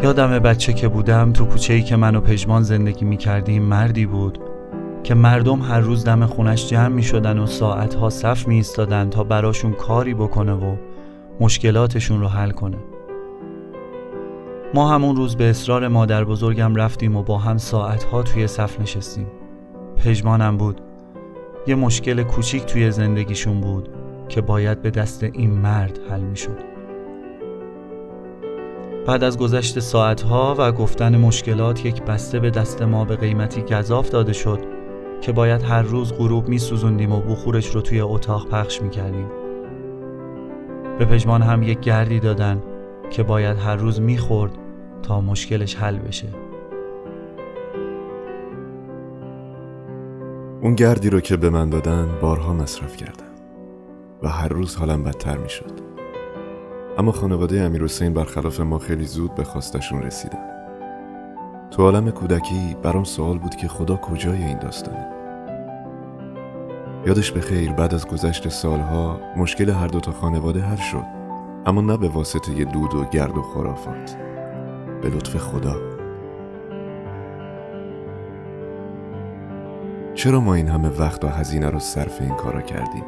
یادم بچه که بودم تو کوچه‌ای که من و پژمان زندگی می‌کردیم مردی بود که مردم هر روز دم خونش جمع می‌شدن و ساعت‌ها صف می‌ایستادن تا براشون کاری بکنه و مشکلاتشون رو حل کنه. ما همون روز به اصرار مادر بزرگم رفتیم و با هم ساعت‌ها توی صف نشستیم. پژمانم بود. یه مشکل کوچیک توی زندگیشون بود که باید به دست این مرد حل می‌شد. بعد از گذشت ساعتها و گفتن مشکلات یک بسته به دست ما به قیمتی گزاف داده شد که باید هر روز غروب می‌سوزوندیم و بخورش رو توی اتاق پخش می‌کردیم. به پژمان هم یک گردی دادن که باید هر روز می‌خورد تا مشکلش حل بشه. اون گردی رو که به من دادن بارها مصرف کردم و هر روز حالم بدتر می‌شد. اما خانواده امیرحسین برخلاف ما خیلی زود به خواستشون رسیدن. تو عالم کودکی برام سوال بود که خدا کجای این داستانه. یادش بخیر بعد از گذشت سالها مشکل هر دوتا خانواده حل شد، اما نه به واسطه دود و گرد و خرافات، به لطف خدا. چرا ما این همه وقت و هزینه رو صرف این کارا کردیم؟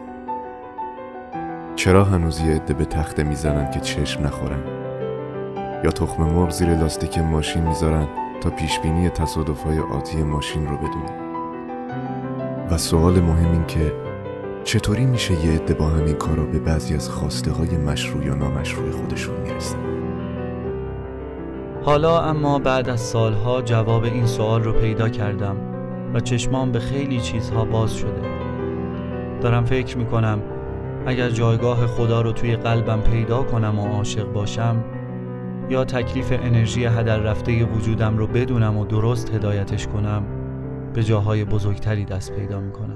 چرا هنوز یه عده به تخته میزنن که چشم نخورن؟ یا تخم مرغ زیر لاستیک ماشین میذارن تا پیشبینی تصادف‌های آتی ماشین رو بدونن؟ و سوال مهم این که چطوری میشه یه عده با همین کارا به بعضی از خواسته‌های مشروع یا نامشروع خودشون میرسن؟ حالا اما بعد از سالها جواب این سوال رو پیدا کردم و چشمام به خیلی چیزها باز شده. دارم فکر میکنم اگر جایگاه خدا رو توی قلبم پیدا کنم و عاشق باشم، یا تکلیف انرژی هدر رفته وجودم رو بدونم و درست هدایتش کنم، به جاهای بزرگتری دست پیدا میکنم.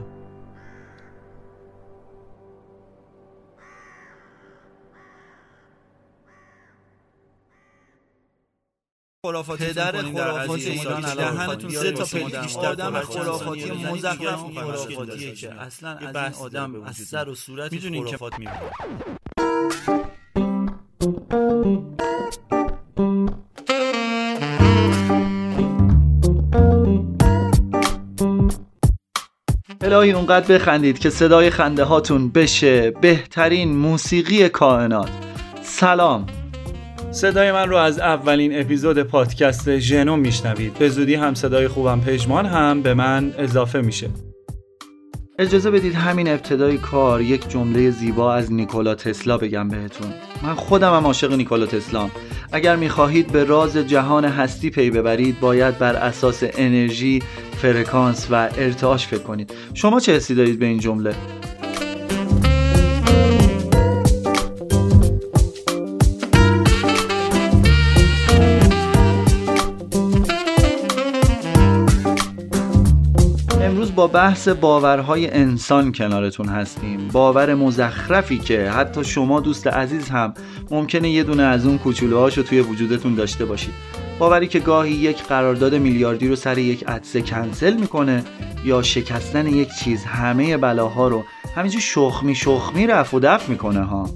خرافات پدر خرافات ایران دهنتون سه تا پلیش آدم خرافاتی مزخرف خرافاتیه که اصلا از این آدم از سر و صورت خرافات میبینه. الهی اونقدر بخندید که صدای خنده هاتون بشه بهترین موسیقی کائنات. سلام، صدای من رو از اولین اپیزود پادکست ژنوم میشنوید. به زودی هم صدای خوبم پژمان هم به من اضافه میشه. اجازه بدید همین ابتدای کار یک جمله زیبا از نیکولا تسلا بگم بهتون. من خودم هم عاشق نیکولا تسلام. اگر میخواهید به راز جهان هستی پی ببرید باید بر اساس انرژی، فرکانس و ارتعاش فکر کنید. شما چه حسی دارید به این جمله؟ با بحث باورهای انسان کنارتون هستیم. باور مزخرفی که حتی شما دوست عزیز هم ممکنه یه دونه از اون کوچولوهاشو توی وجودتون داشته باشید. باوری که گاهی یک قرارداد میلیاردی رو سر یک عطسه کنسل میکنه یا شکستن یک چیز همه بلاها رو همینجور شخمی رفع و دفع میکنه ها.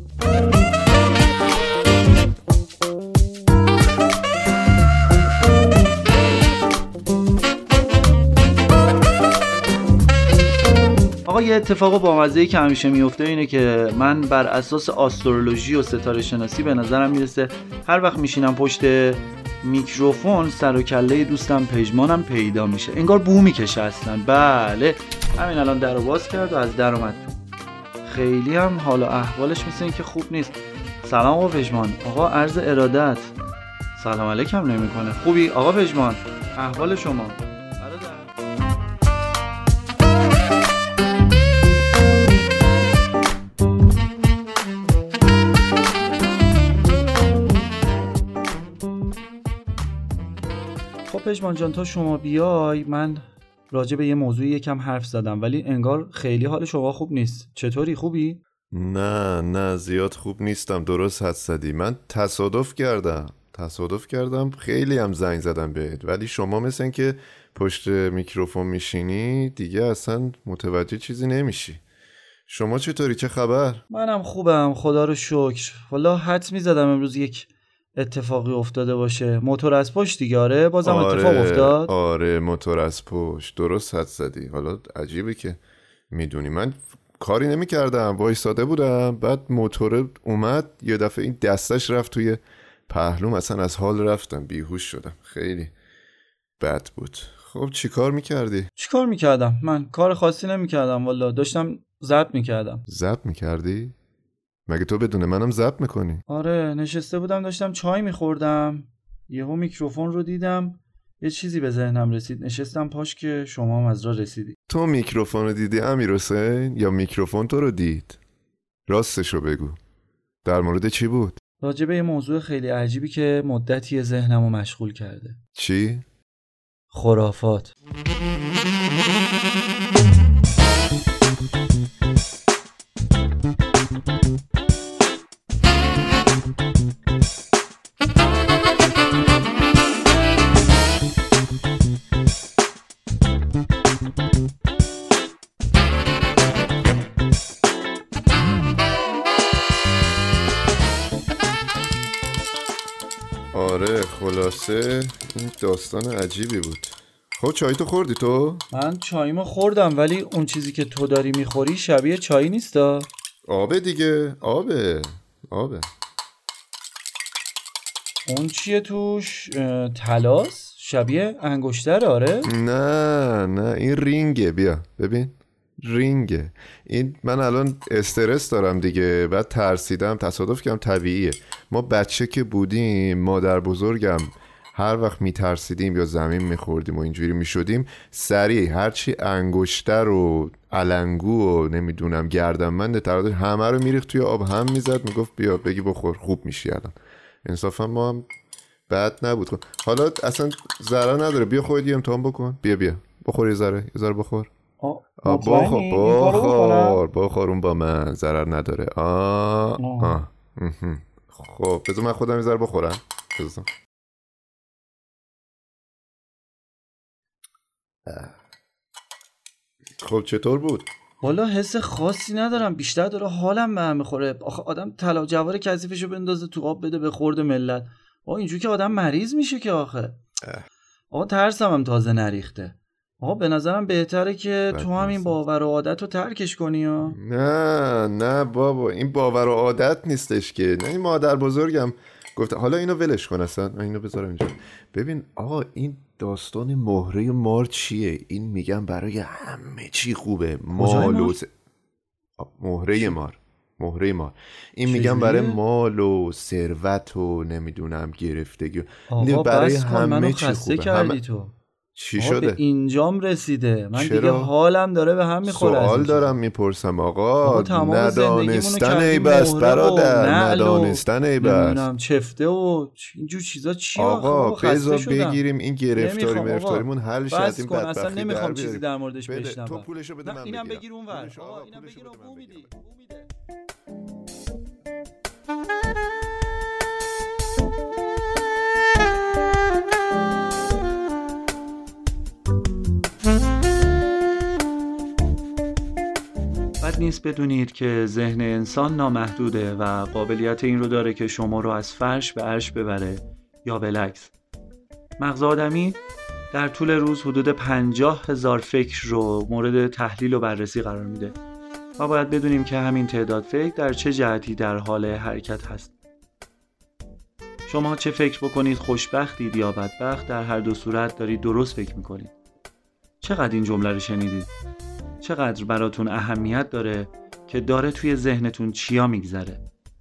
یه اتفاق بامزه‌ای که همیشه میفته اینه که من بر اساس آسترولوژی و ستاره شناسی به نظرم میرسه هر وقت میشینم پشت میکروفون سر و کله دوستم پژمانم پیدا میشه، انگار بو میکشه اصلا. بله همین الان در رو باز کرد و از در اومد تو. خیلی هم حال و احوالش مثل این که خوب نیست. سلام آقا پژمان. آقا عرض ارادت. سلام علیکم نمیکنه. خوبی آقا پژمان؟ احوال شما؟ پژمان جان تا شما بیای من راجع به یه موضوع یکم حرف زدم ولی انگار خیلی حال شما خوب نیست. چطوری، خوبی؟ نه زیاد خوب نیستم. درست حد زدی. من تصادف کردم خیلی هم زنگ زدم بهت، ولی شما مثل این که پشت میکروفون میشینی دیگه اصلا متوجه چیزی نمیشی. شما چطوری؟ چه خبر؟ منم خوبم خدا رو شکر. والا حدس میزدم امروز یک اتفاقی افتاده باشه. موتور از پشت دیگه. آره بازم اتفاق افتاد. آره موتور از پشت، درست حد زدی. حالا عجیبه که میدونی من کاری نمی کردم، وایساده بودم، بعد موتور اومد یه دفعه این دستش رفت توی پهلوم، اصلا از حال رفتم، بیهوش شدم، خیلی بد بود. خب چی کار میکردی؟ چی کار میکردم؟ من کار خاصی نمیکردم والا، داشتم ضبط میکردم. ضبط میکردی؟ مگه تو بدون منم ضبط میکنی؟ آره نشسته بودم داشتم چای میخوردم، یهو میکروفون رو دیدم، یه چیزی به ذهنم رسید، نشستم پاش که شما هم از راه رسیدی. تو میکروفون رو دیدی امیرحسین یا میکروفون تو رو دید؟ راستشو بگو، در مورد چی بود؟ راجع به یه موضوع خیلی عجیبی که مدتی ذهنمو مشغول کرده. چی؟ خرافات. آره خلاصه این داستان عجیبی بود. خب چای تو خوردی تو؟ من چاییمو خوردم، ولی اون چیزی که تو داری میخوری شبیه چایی نیستا؟ آبه دیگه، آبه. اون چیه توش؟ طلاست؟ شبیه انگشتر؟ آره؟ نه این رینگه، بیا ببین رینگه. این من الان استرس دارم دیگه، بعد ترسیدم، تصادف کردم، طبیعیه. ما بچه که بودیم مادر بزرگم هر وقت میترسیدیم یا زمین میخوردیم و اینجوری میشدیم، سریع هرچی انگشتر و علنگو و نمیدونم گردنبند ترادش همه رو میریخت توی آب، هم میزد، میگفت بیا بگی بخور خوب میشی. الان انصافا ما هم بد نبود. حالا اصلا ضرر نداره، بیا خودت یه امتحان بکن، بیا بخور، یه ذره بخور. بخور اون با من ضرر نداره. خب بذار من خودم یه ذره بخورم. خب چطور بود؟ والا حس خاصی ندارم، بیشتر داره حالم به هم میخوره. آخه آدم طلا جوار کثیفشو بندازه تو آب بده به خورد ملت، اینجوری که آدم مریض میشه که آخه. ترسم هم تازه نریخته. به نظرم بهتره که تو هم این باور و عادت رو ترکش کنی. نه بابا، این باور و عادت نیستش که. نه این مادر بزرگم گفت. حالا اینو ولش کن، اصلا من اینو بذارم اینجا. ببین آقا این داستان مهره مار چیه؟ این میگم برای همه چی خوبه. مهره مار این میگم برای مال و ثروت و نمیدونم گرفتگی، برای همه چی خوبه. چی شده؟ به اینجام رسیده من دیگه حالم داره به هم میخوره. سوال دارم میپرسم آقا، ندانستن ای بس برادر، ندانستن ای بس، نمیدونم چفته و اینجور چیزا چی آقا؟ بذار بگیریم این گرفتاریمون حل شه از این بدبختی. اصلا نمیخوام چیزی در موردش بشنوم. تو پولشو بده من اینم بگیر اونور. اینم بگیر و میدی. بد نیست بدونید که ذهن انسان نامحدوده و قابلیت این رو داره که شما رو از فرش به عرش ببره یا بالعکس. مغز آدمی در طول روز حدود 50,000 فکر رو مورد تحلیل و بررسی قرار میده و باید بدونیم که همین تعداد فکر در چه جهتی در حال حرکت هست. شما چه فکر بکنید خوشبختید یا بدبخت، در هر دو صورت دارید درست فکر میکنید. چقدر این جمله رو شنیدید؟ چقدر براتون اهمیت داره که داره توی ذهنتون چیا میگذره؟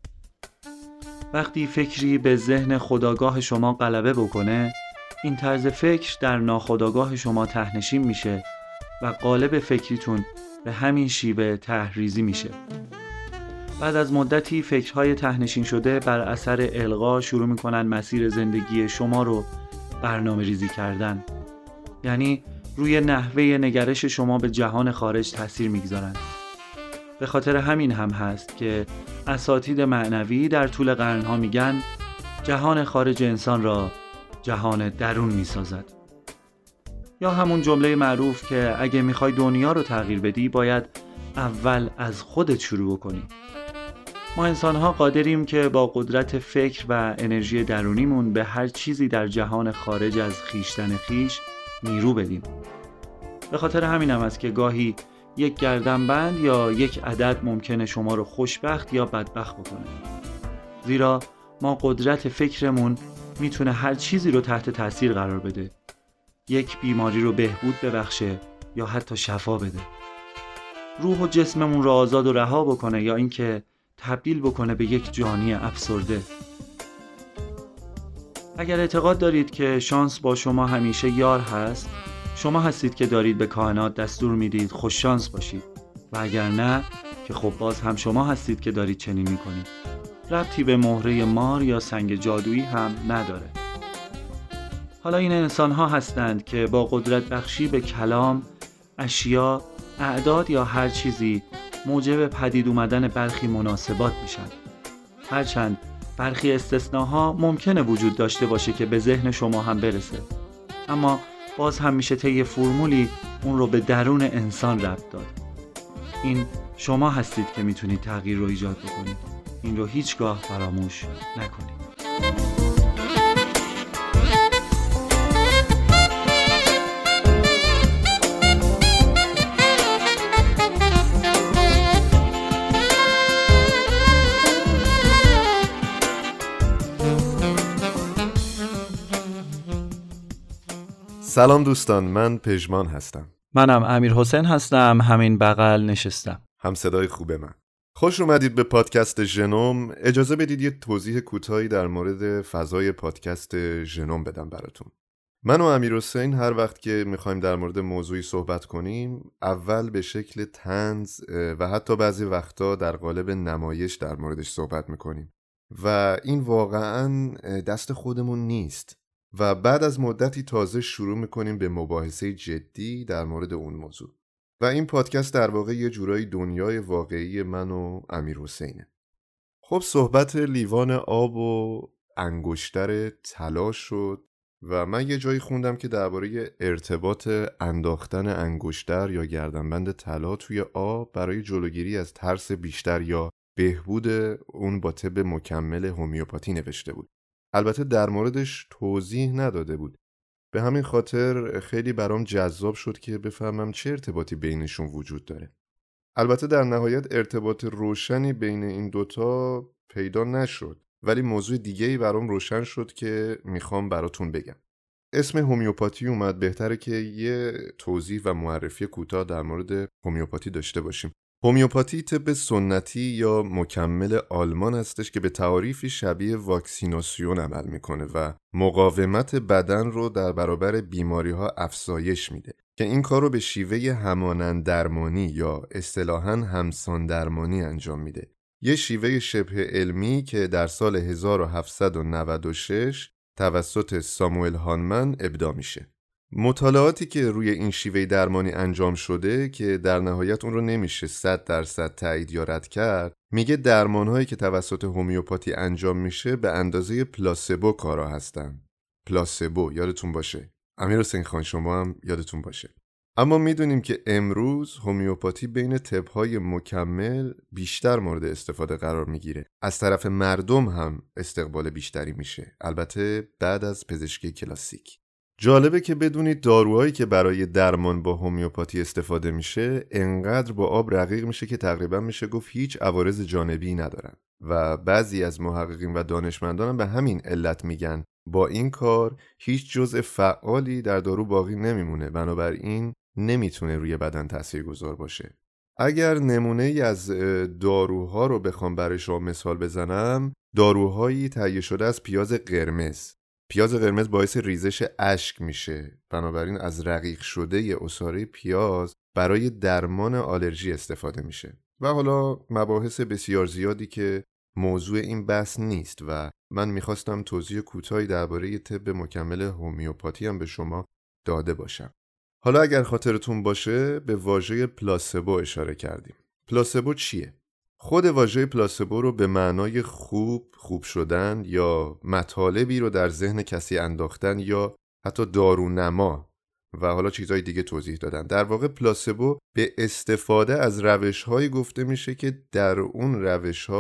وقتی فکری به ذهن خودآگاه شما غلبه بکنه، این طرز فکر در ناخودآگاه شما تهنشین میشه و قالب فکریتون به همین شیوه تحریزی میشه. بعد از مدتی فکرهای تهنشین شده بر اثر القا شروع میکنن مسیر زندگی شما رو برنامه ریزی کردن. یعنی روی نحوه نگرش شما به جهان خارج تاثیر میگذارن. به خاطر همین هم هست که اساتید معنوی در طول قرنها میگن جهان خارج انسان را جهان درون میسازد. یا همون جمله معروف که اگه میخوای دنیا رو تغییر بدی باید اول از خودت شروع کنی. ما انسان‌ها قادریم که با قدرت فکر و انرژی درونیمون به هر چیزی در جهان خارج از خویشتن خویش نیرو بدیم. به خاطر همینم است که گاهی یک گردنبند یا یک عدد ممکنه شما رو خوشبخت یا بدبخت بکنه. زیرا ما قدرت فکرمون میتونه هر چیزی رو تحت تاثیر قرار بده. یک بیماری رو بهبود ببخشه یا حتی شفا بده. روح و جسممون رو آزاد و رها بکنه یا اینکه تبدیل بکنه به یک جانی افسرده. اگر اعتقاد دارید که شانس با شما همیشه یار هست، شما هستید که دارید به کائنات دستور میدید خوش شانس باشید، و اگر نه که خب باز هم شما هستید که دارید چنین میکنید. ربطی به مهره مار یا سنگ جادویی هم نداره. حالا این انسان ها هستند که با قدرت بخشی به کلام، اشیا، اعداد یا هر چیزی موجب پدید اومدن برخی مناسبات میشن. هرچند برخی استثناها ممکنه وجود داشته باشه که به ذهن شما هم برسه، اما باز هم میشه طی فرمولی اون رو به درون انسان ربط داد. این شما هستید که میتونید تغییر رو ایجاد بکنید. این رو هیچگاه فراموش نکنید. سلام دوستان، من پژمان هستم. منم امیر حسین هستم، همین بغل نشستم. هم صدای خوبه من. خوش اومدید به پادکست ژنوم. اجازه بدید یه توضیح کوتاهی در مورد فضای پادکست ژنوم بدم براتون. من و امیر حسین هر وقت که میخوایم در مورد موضوعی صحبت کنیم، اول به شکل طنز و حتی بعضی وقتا در قالب نمایش در موردش صحبت میکنیم و این واقعاً دست خودمون نیست و بعد از مدتی تازه شروع میکنیم به مباحثه جدی در مورد اون موضوع. و این پادکست در واقع یه جورایی دنیای واقعی من و امیر حسینه. خب صحبت لیوان آب و انگشتر طلا شد و من یه جایی خوندم که درباره ارتباط انداختن انگشتر یا گردنبند طلا توی آب برای جلوگیری از ترس بیشتر یا بهبود اون با طب مکمل هومیوپاتی نوشته بود. البته در موردش توضیح نداده بود. به همین خاطر خیلی برام جذاب شد که بفهمم چه ارتباطی بینشون وجود داره. البته در نهایت ارتباط روشنی بین این دوتا پیدا نشد، ولی موضوع دیگه‌ای برام روشن شد که میخوام براتون بگم. اسم هومیوپاتی اومد، بهتره که یه توضیح و معرفی کوتاه در مورد هومیوپاتی داشته باشیم. هومیوپاتی طب سنتی یا مکمل آلمان هستش که به تعاریفی شبیه واکسیناسیون عمل میکنه و مقاومت بدن رو در برابر بیماری‌ها افزایش میده که این کار رو به شیوه همانند درمانی یا اصطلاحاً همسان درمانی انجام میده. یه شیوه شبه علمی که در سال 1796 توسط ساموئل هانمن ابداع میشه. مطالعاتی که روی این شیوه درمانی انجام شده که در نهایت اون رو نمیشه 100% تایید یا رد کرد، میگه درمانهایی که توسط هومیوپاتی انجام میشه به اندازه پلاسبو کارا هستن. پلاسبو یادتون باشه. امیر حسین خان شما هم یادتون باشه. اما میدونیم که امروز هومیوپاتی بین طب‌های مکمل بیشتر مورد استفاده قرار میگیره. از طرف مردم هم استقبال بیشتری میشه. البته بعد از پزشکی کلاسیک. جالبه که بدونید داروهایی که برای درمان با هومیوپاتی استفاده میشه انقدر با آب رقیق میشه که تقریبا میشه گفت هیچ عوارض جانبی ندارن و بعضی از محققین و دانشمندان هم به همین علت میگن با این کار هیچ جزء فعالی در دارو باقی نمیمونه، بنابراین نمیتونه روی بدن تاثیرگذار باشه. اگر نمونه‌ای از داروها رو بخوام برای شما مثال بزنم، داروهایی تهیه شده از پیاز قرمز. پیاز قرمز باعث ریزش اشک میشه، بنابراین از رقیق شده ی عصاره پیاز برای درمان آلرژی استفاده میشه. و حالا مباحث بسیار زیادی که موضوع این بحث نیست و من میخواستم توضیح کوتاهی درباره طب مکمل هومیوپاتی هم به شما داده باشم. حالا اگر خاطرتون باشه به واژه پلاسبو اشاره کردیم. پلاسبو چیه؟ خود واژه پلاسبو رو به معنای خوب شدن یا مطالبی رو در ذهن کسی انداختن یا حتی دارونما و حالا چیزهای دیگه توضیح دادن. در واقع پلاسبو به استفاده از روش‌هایی گفته میشه که در اون روش‌ها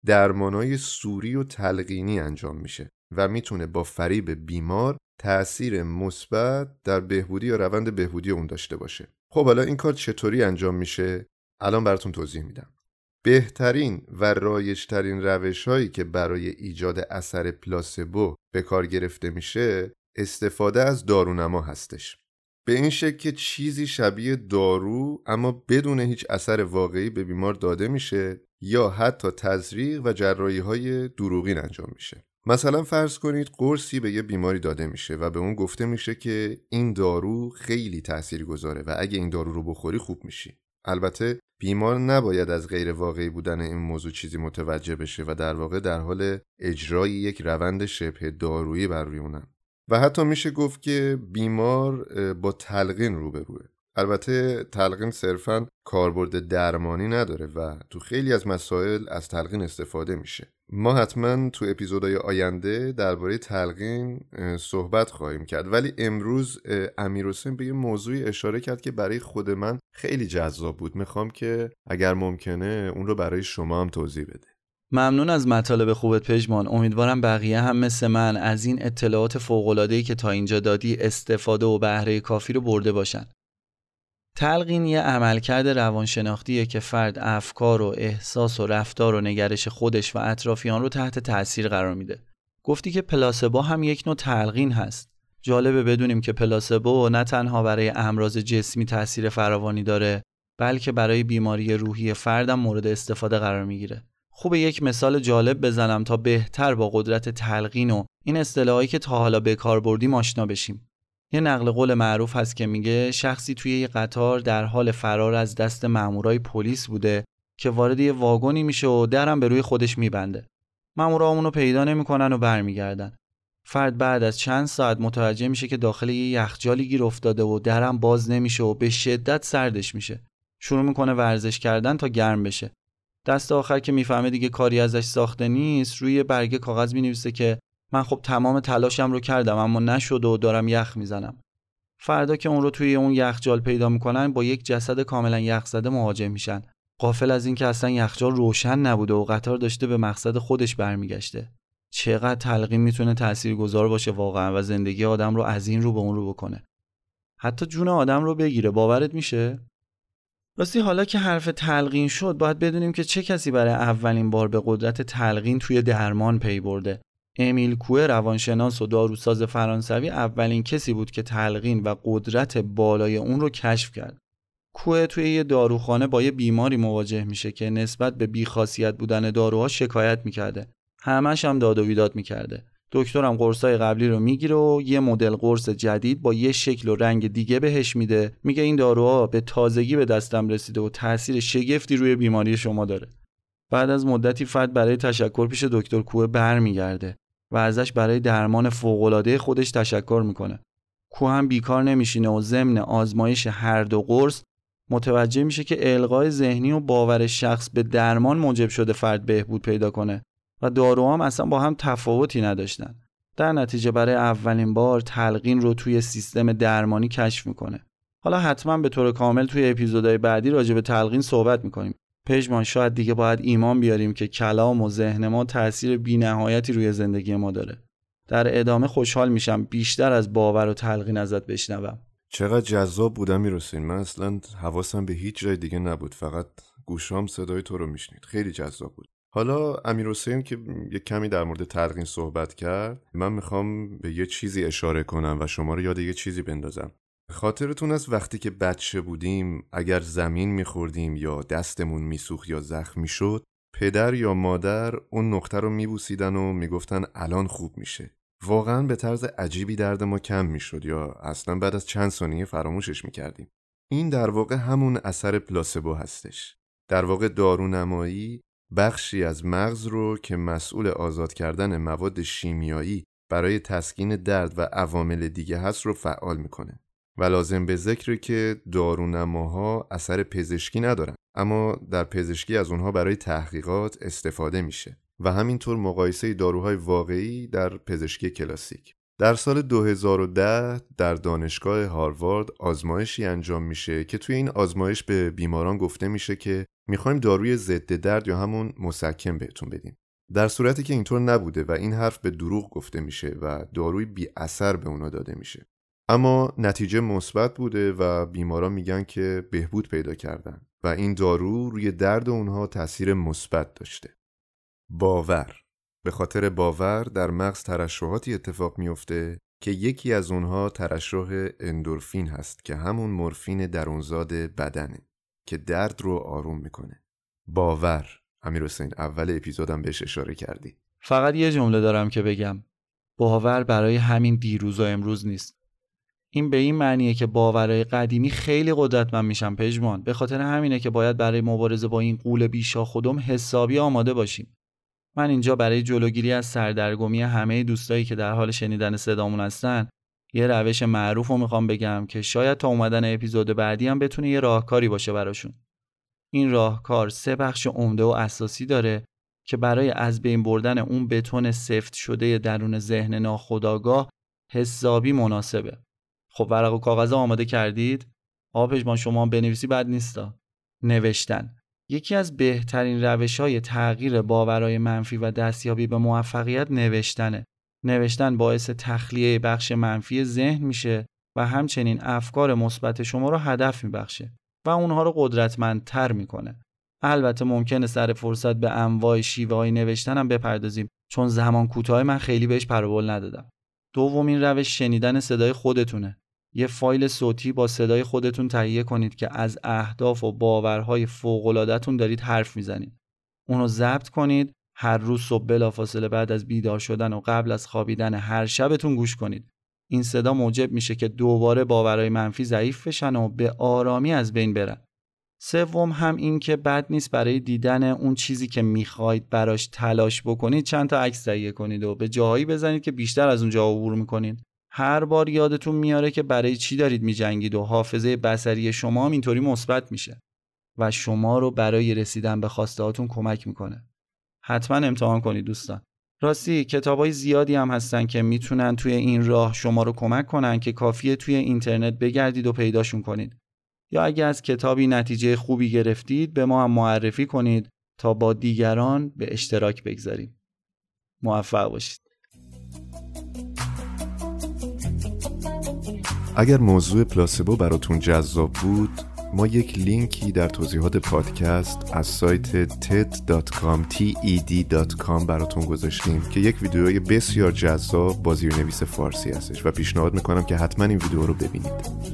درمانای سوری و تلقینی انجام میشه و میتونه با فریب بیمار تأثیر مثبت در بهبودی یا روند بهبودی اون داشته باشه. خب حالا این کار چطوری انجام میشه؟ الان براتون توضیح میدم. بهترین و رایج‌ترین روش‌هایی که برای ایجاد اثر پلاسبو به کار گرفته میشه استفاده از دارونما هستش. به این شکل که چیزی شبیه دارو اما بدون هیچ اثر واقعی به بیمار داده میشه یا حتی تزریق و جراحی‌های دروغین انجام میشه. مثلا فرض کنید قرصی به یه بیماری داده میشه و به اون گفته میشه که این دارو خیلی تاثیرگذاره و اگه این دارو رو بخوری خوب میشی. البته بیمار نباید از غیر واقعی بودن این موضوع چیزی متوجه بشه و در واقع در حال اجرای یک روند شبه دارویی بر روی اونن. و حتی میشه گفت که بیمار با تلقین روبروه. البته تلقین صرفاً کاربرد درمانی نداره و تو خیلی از مسائل از تلقین استفاده میشه. ما حتما تو اپیزودهای آینده درباره تلقین صحبت خواهیم کرد، ولی امروز امیرحسین به یه موضوعی اشاره کرد که برای خود من خیلی جذاب بود. میخوام که اگر ممکنه اون رو برای شما هم توضیح بده. ممنون از مطالب خوبت پژمان. امیدوارم بقیه هم مثل من از این اطلاعات فوق‌العاده‌ای که تا اینجا دادی استفاده و بهره کافی رو برده باشن. تلقین یه عملکرد روانشناختیه که فرد افکار و احساس و رفتار و نگرش خودش و اطرافیان رو تحت تأثیر قرار میده. گفتی که پلاسبو هم یک نوع تلقین هست. جالبه بدونیم که پلاسبو نه تنها برای امراض جسمی تأثیر فراوانی داره، بلکه برای بیماری روحی فردم مورد استفاده قرار میگیره. خوبه یک مثال جالب بزنم تا بهتر با قدرت تلقین و این اصطلاحایی که تا حالا به کار بردیم آشنا بشیم. یه نقل قول معروف هست که میگه شخصی توی یه قطار در حال فرار از دست مامورای پلیس بوده که وارد یه واگنی میشه و درم به روی خودش میبنده. مامورا اونو پیدا نمیکنن و برمیگردن. فرد بعد از چند ساعت متوجه میشه که داخل یه یخچالی گیر افتاده و درم باز نمیشه و به شدت سردش میشه. شروع میکنه ورزش کردن تا گرم بشه. دست آخر که میفهمه دیگه کاری ازش ساخته نیست، روی برگه کاغذ مینویسه که من خب تمام تلاشم رو کردم اما نشد و دارم یخ میزنم. فردا که اون رو توی اون یخچال پیدا میکنن با یک جسد کاملا یخ زده مواجه میشن، غافل از این که اصلا یخچال روشن نبوده و قطار داشته به مقصد خودش برمیگشته. چقدر تلقین میتونه تاثیرگذار باشه واقعا و زندگی آدم رو از این رو به اون رو بکنه، حتی جون آدم رو بگیره. باورت میشه؟ راستی حالا که حرف تلقین شد باید بدونیم که چه کسی برای اولین بار به قدرت تلقین توی درمان پی برده. امیل کوه روانشناس و داروساز فرانسوی اولین کسی بود که تلقین و قدرت بالای اون رو کشف کرد. کوه توی یه داروخانه با یه بیماری مواجه میشه که نسبت به بی‌خاصیت بودن داروها شکایت میکرده. همش هم داد و بیداد میکرده. دکترم قرصای قبلی رو میگیره و یه مدل قرص جدید با یه شکل و رنگ دیگه بهش میده. میگه این داروها به تازگی به دستم رسیده و تأثیر شگفتی روی بیماری شما داره. بعد از مدتی فرد برای تشکر پیش دکتر کوه برمیگرده و ازش برای درمان فوق‌العاده خودش تشکر میکنه. کوه هم بیکار نمیشینه و ضمن آزمایش هر دو قرص متوجه میشه که القای ذهنی و باور شخص به درمان موجب شده فرد بهبود پیدا کنه و داروها هم اصلا با هم تفاوتی نداشتن. در نتیجه برای اولین بار تلقین رو توی سیستم درمانی کشف میکنه. حالا حتما به طور کامل توی اپیزودهای بعدی راجع به تلقین صحبت میکنیم. پژمان شاید دیگه باید ایمان بیاریم که کلام و ذهن ما تأثیر بی‌نهایتی روی زندگی ما داره. در ادامه خوشحال میشم بیشتر از باور و تلقین ازت بشنوم. چقدر جذاب بود امیرحسین. من اصلا حواسم به هیچ جای دیگه نبود، فقط گوشام صدای تو رو میشنید. خیلی جذاب بود. حالا امیرحسین که یک کمی در مورد تلقین صحبت کرد، من میخوام به یه چیزی اشاره کنم و شما رو یاد یه چیزی بندازم. خاطرتون از وقتی که بچه بودیم اگر زمین میخوردیم یا دستمون میسوخت یا زخم میشد، پدر یا مادر اون نقطه رو میبوسیدن و میگفتن الان خوب میشه. واقعا به طرز عجیبی درد ما کم میشد یا اصلا بعد از چند ثانیه فراموشش میکردیم. این در واقع همون اثر پلاسبو هستش. در واقع دارونمایی بخشی از مغز رو که مسئول آزاد کردن مواد شیمیایی برای تسکین درد و عوامل دیگه هست رو فعال میکنه. و لازم به ذکره که دارونماها اثر پزشکی ندارن، اما در پزشکی از اونها برای تحقیقات استفاده میشه و همینطور مقایسه داروهای واقعی در پزشکی کلاسیک. در سال 2010 در دانشگاه هاروارد آزمایشی انجام میشه که توی این آزمایش به بیماران گفته میشه که میخوایم داروی ضد درد یا همون مسکن بهتون بدیم. در صورتی که اینطور نبوده و این حرف به دروغ گفته میشه و داروی بی اثر به اونا داده میشه. اما نتیجه مثبت بوده و بیماران میگن که بهبود پیدا کردن و این دارو روی درد اونها تأثیر مثبت داشته. باور. به خاطر باور در مغز ترشحاتی اتفاق میفته که یکی از اونها ترشح اندورفین هست که همون مورفین درونزاد بدنه که درد رو آروم میکنه. باور. امیرحسین اول اپیزودم بهش اشاره کردی. فقط یه جمله دارم که بگم. باور برای همین دیروز و امروز نیست. این به این معنیه که باورهای قدیمی خیلی قدرتمند میشن پژمان. به خاطر همینه که باید برای مبارزه با این غول بیشاخودم حسابی آماده باشیم. من اینجا برای جلوگیری از سردرگمی همه دوستایی که در حال شنیدن صدامون هستن یه روش معروف رو میخوام بگم که شاید تا اومدن اپیزود بعدی هم بتونه یه راهکاری باشه براشون. این راهکار 3 بخش عمده و اساسی داره که برای از بین بردن اون بتون سفت شده درون ذهن ناخودآگاه حسابی مناسبه. خب ورق و کاغذ آماده کردید؟ پژمان شما بنویسی بد نیستا. نوشتن. یکی از بهترین روش‌های تغییر باورهای منفی و دستیابی به موفقیت نوشتنه. نوشتن باعث تخلیه بخش منفی ذهن میشه و همچنین افکار مثبت شما رو هدف میبخشه و اونها رو قدرتمندتر میکنه. البته ممکنه سر فرصت به انواع شیوه‌های نوشتن هم بپردازیم چون زمان کوتاه من خیلی بهش پروبال ندادم. دومین روش شنیدن صدای خودتونه. یه فایل صوتی با صدای خودتون تهیه کنید که از اهداف و باورهای فوق‌العاده‌تون دارید حرف میزنید. اونو ضبط کنید، هر روز صبح بلافاصله بعد از بیدار شدن و قبل از خوابیدن هر شبتون گوش کنید. این صدا موجب میشه که دوباره باورهای منفی ضعیف بشن و به آرامی از بین برن. سوم هم این که بد نیست برای دیدن اون چیزی که میخواید براش تلاش بکنید چند تا عکس تهیه کنید و به جاهایی بزنید که بیشتر از اونجا عبور میکنید. هر بار یادتون میاره که برای چی دارید میجنگید و حافظه بصری شما هم اینطوری مثبت میشه و شما رو برای رسیدن به خواسته هاتون کمک میکنه. حتما امتحان کنید دوستان. راستی کتابای زیادی هم هستن که میتونن توی این راه شما رو کمک کنن که کافیه توی اینترنت بگردید و پیداشون کنید. یا اگه از کتابی نتیجه خوبی گرفتید به ما هم معرفی کنید تا با دیگران به اشتراک بگذاریم. موفق باشید. اگر موضوع پلاسبو براتون جذاب بود، ما یک لینکی در توضیحات پادکست از سایت ted.com براتون گذاشتیم که یک ویدیوی بسیار جذاب با زیرنویس فارسی هستش و پیشنهاد میکنم که حتما این ویدیو رو ببینید.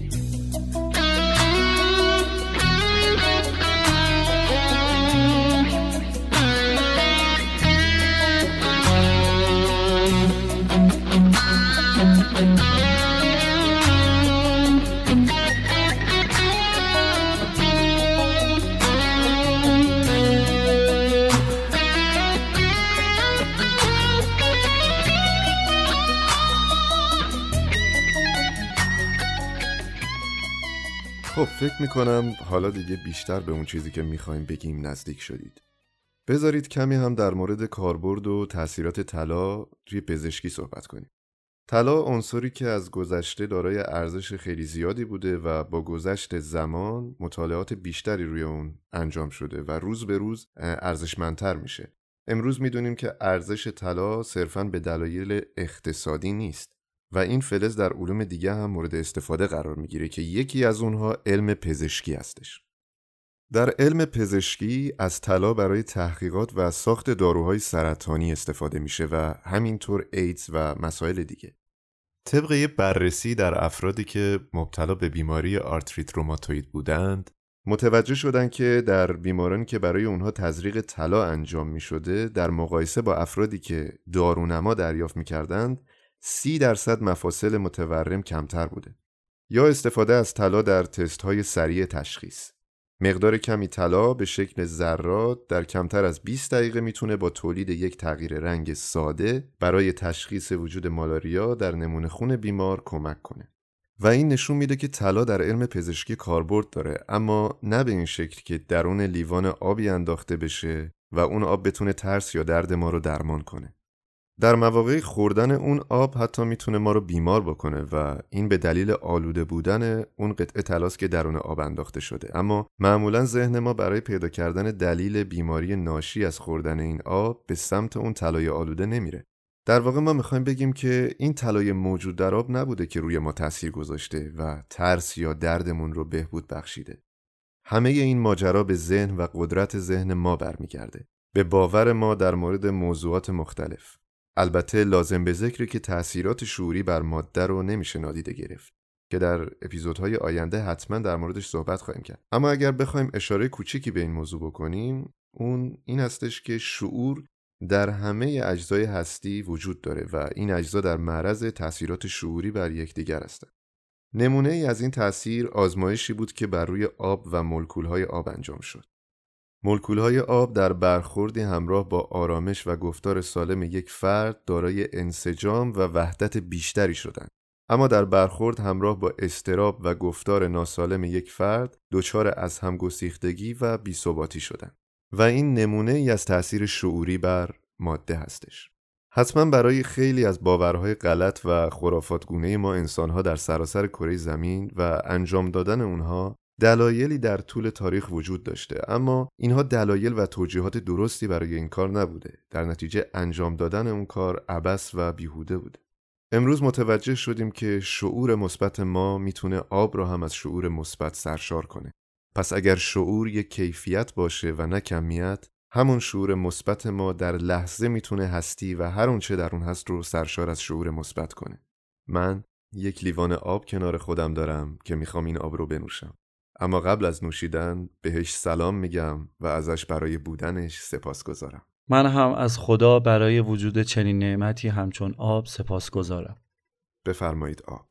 خب فکر میکنم حالا دیگه بیشتر به اون چیزی که میخوایم بگیم نزدیک شدید. بذارید کمی هم در مورد کاربرد و تأثیرات طلا توی پزشکی صحبت کنیم. طلا عنصری که از گذشته دارای ارزش خیلی زیادی بوده و با گذشت زمان مطالعات بیشتری روی اون انجام شده و روز به روز ارزشمندتر میشه. امروز میدونیم که ارزش طلا صرفاً به دلایل اقتصادی نیست و این فلز در علوم دیگه هم مورد استفاده قرار میگیره که یکی از اونها علم پزشکی هستش. در علم پزشکی از طلا برای تحقیقات و ساخت داروهای سرطانی استفاده میشه و همینطور ایدز و مسائل دیگه. طبق یه بررسی در افرادی که مبتلا به بیماری آرتریت روماتوئید بودند، متوجه شدن که در بیمارانی که برای اونها تزریق طلا انجام میشده در مقایسه با افرادی که دارونما دریافت میکردند 30% مفاصل متورم کمتر بوده. یا استفاده از طلا در تست‌های سریع تشخیص. مقدار کمی طلا به شکل ذرات در کمتر از 20 دقیقه میتونه با تولید یک تغییر رنگ ساده برای تشخیص وجود مالاریا در نمونه خون بیمار کمک کنه. و این نشون میده که طلا در علم پزشکی کاربرد داره، اما نه به این شکل که درون لیوان آبی انداخته بشه و اون آب بتونه ترس یا درد ما رو درمان کنه. در مواقع خوردن اون آب حتی میتونه ما رو بیمار بکنه و این به دلیل آلوده بودن اون قطعه طلاست که درون آب انداخته شده. اما معمولا ذهن ما برای پیدا کردن دلیل بیماری ناشی از خوردن این آب به سمت اون طلای آلوده نمیره. در واقع ما میخوایم بگیم که این طلای موجود در آب نبوده که روی ما تأثیر گذاشته و ترس یا دردمون رو بهبود بخشیده. همه این ماجرا به ذهن و قدرت ذهن ما برمیگرده، به باور ما در مورد موضوعات مختلف. البته لازم به ذکره که تأثیرات شعوری بر ماده رو نمیشه نادیده گرفت که در اپیزودهای آینده حتما در موردش صحبت خواهیم کرد. اما اگر بخوایم اشاره کوچیکی به این موضوع بکنیم، اون این هستش که شعور در همه اجزای هستی وجود داره و این اجزا در معرض تأثیرات شعوری بر یکدیگر هستند. نمونه ای از این تأثیر آزمایشی بود که بر روی آب و مولکول‌های آب انجام شد. مولکول‌های آب در برخوردی همراه با آرامش و گفتار سالم یک فرد دارای انسجام و وحدت بیشتری شدند. اما در برخورد همراه با اضطراب و گفتار ناسالم یک فرد دچار از هم گسیختگی و بی‌ثباتی شدند. و این نمونه ای از تأثیر شعوری بر ماده هستش. حتما برای خیلی از باورهای غلط و خرافاتگونه ما انسان‌ها در سراسر کره زمین و انجام دادن اونها دلایلی در طول تاریخ وجود داشته، اما اینها دلایل و توجیهات درستی برای این کار نبوده. در نتیجه انجام دادن اون کار عبث و بیهوده بوده. امروز متوجه شدیم که شعور مثبت ما میتونه آب را هم از شعور مثبت سرشار کنه. پس اگر شعور یک کیفیت باشه و نه کمیت، همون شعور مثبت ما در لحظه میتونه هستی و هر اون چه در اون هست رو سرشار از شعور مثبت کنه. من یک لیوان آب کنار خودم دارم که میخوام این آب رو بنوشم. اما قبل از نوشیدن بهش سلام میگم و ازش برای بودنش سپاسگزارم. من هم از خدا برای وجود چنین نعمتی همچون آب سپاسگزارم. بفرمایید آب.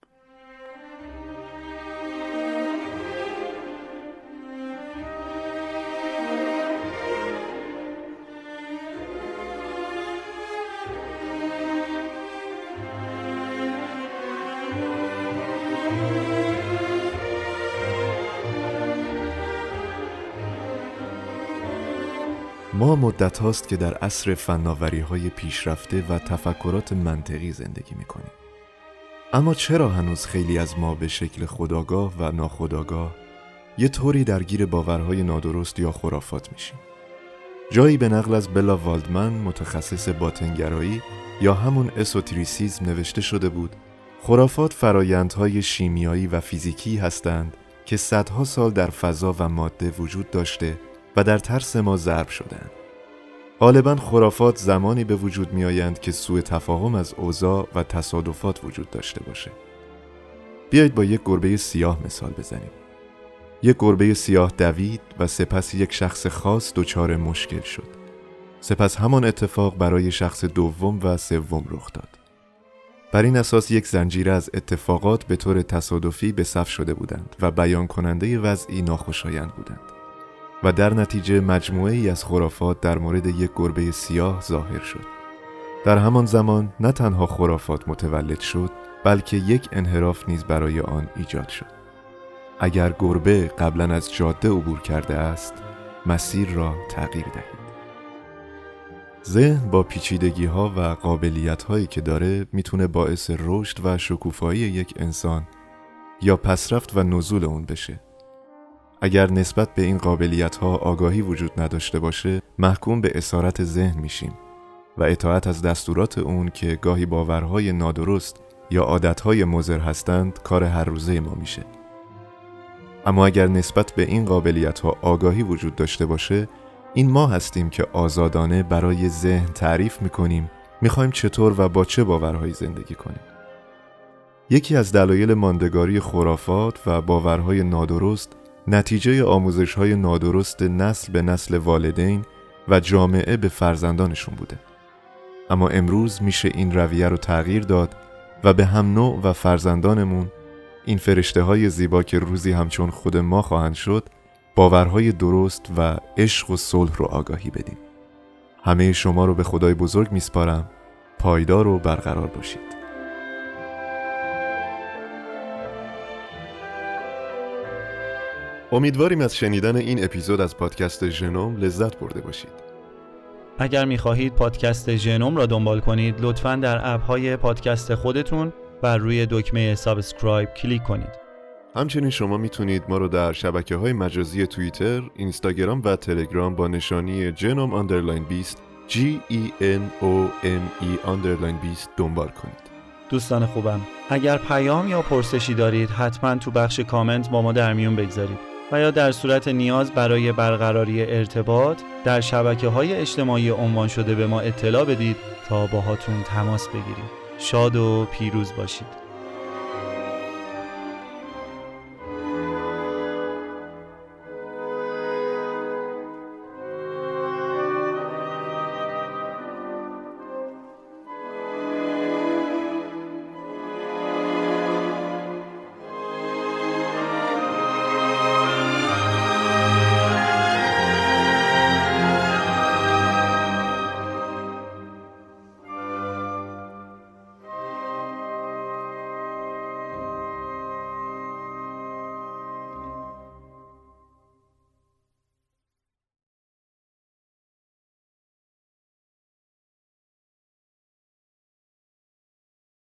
ما مدت هاست که در عصر فناوری‌های پیشرفته و تفکرات منطقی زندگی می‌کنیم. اما چرا هنوز خیلی از ما به شکل خودآگاه و ناخودآگاه یه طوری درگیر باورهای نادرست یا خرافات میشیم؟ جایی به نقل از بلا والدمن متخصص باطنگرایی یا همون اسوتریسیسم نوشته شده بود: خرافات فرایندهای شیمیایی و فیزیکی هستند که صدها سال در فضا و ماده وجود داشته و در ترس ما ضرب شدند. غالباً خرافات زمانی به وجود می آیند که سوء تفاهم از اوضاع و تصادفات وجود داشته باشه. بیایید با یک گربه سیاه مثال بزنیم. یک گربه سیاه دوید و سپس یک شخص خاص دچار مشکل شد. سپس همان اتفاق برای شخص دوم و سوم رخ داد. بر این اساس یک زنجیره از اتفاقات به طور تصادفی به صف شده بودند و بیان کننده وضعی ناخوشایند بودند. و در نتیجه مجموعه ای از خرافات در مورد یک گربه سیاه ظاهر شد. در همان زمان نه تنها خرافات متولد شد، بلکه یک انحراف نیز برای آن ایجاد شد. اگر گربه قبلا از جاده عبور کرده است، مسیر را تغییر دهید. ذهن با پیچیدگی ها و قابلیت هایی که داره میتونه باعث رشد و شکوفایی یک انسان یا پسرفت و نزول اون بشه. اگر نسبت به این قابلیت‌ها آگاهی وجود نداشته باشه، محکوم به اسارت ذهن میشیم و اطاعت از دستورات اون که گاهی باورهای نادرست یا عادتهای مضر هستند کار هر روزه ما میشه. اما اگر نسبت به این قابلیت‌ها آگاهی وجود داشته باشه، این ما هستیم که آزادانه برای ذهن تعریف میکنیم میخوایم چطور و با چه باورهایی زندگی کنیم. یکی از دلایل ماندگاری خرافات و باورهای نادرست نتیجه آموزش‌های نادرست نسل به نسل والدین و جامعه به فرزندانشون بوده. اما امروز میشه این رویه رو تغییر داد و به هم نوع و فرزندانمون، این فرشته‌های زیبا که روزی همچون خود ما خواهند شد، باورهای درست و عشق و صلح رو آگاهی بدیم. همه شما رو به خدای بزرگ میسپارم. پایدار و برقرار باشید. امیدواریم از شنیدن این اپیزود از پادکست ژنوم لذت برده باشید. اگر می‌خواهید پادکست ژنوم را دنبال کنید لطفاً در اپ‌های پادکست خودتون و روی دکمه سابسکرایب کلیک کنید. همچنین شما میتونید ما رو در شبکه‌های مجازی توییتر، اینستاگرام و تلگرام با نشانی genome_20 GENOME_20 دنبال کنید. دوستان خوبم، اگر پیام یا پرسشی دارید حتما تو بخش کامنت با ما در میون بگذارید و یا در صورت نیاز برای برقراری ارتباط در شبکه‌های اجتماعی عنوان شده به ما اطلاع بدید تا باهاتون تماس بگیریم. شاد و پیروز باشید.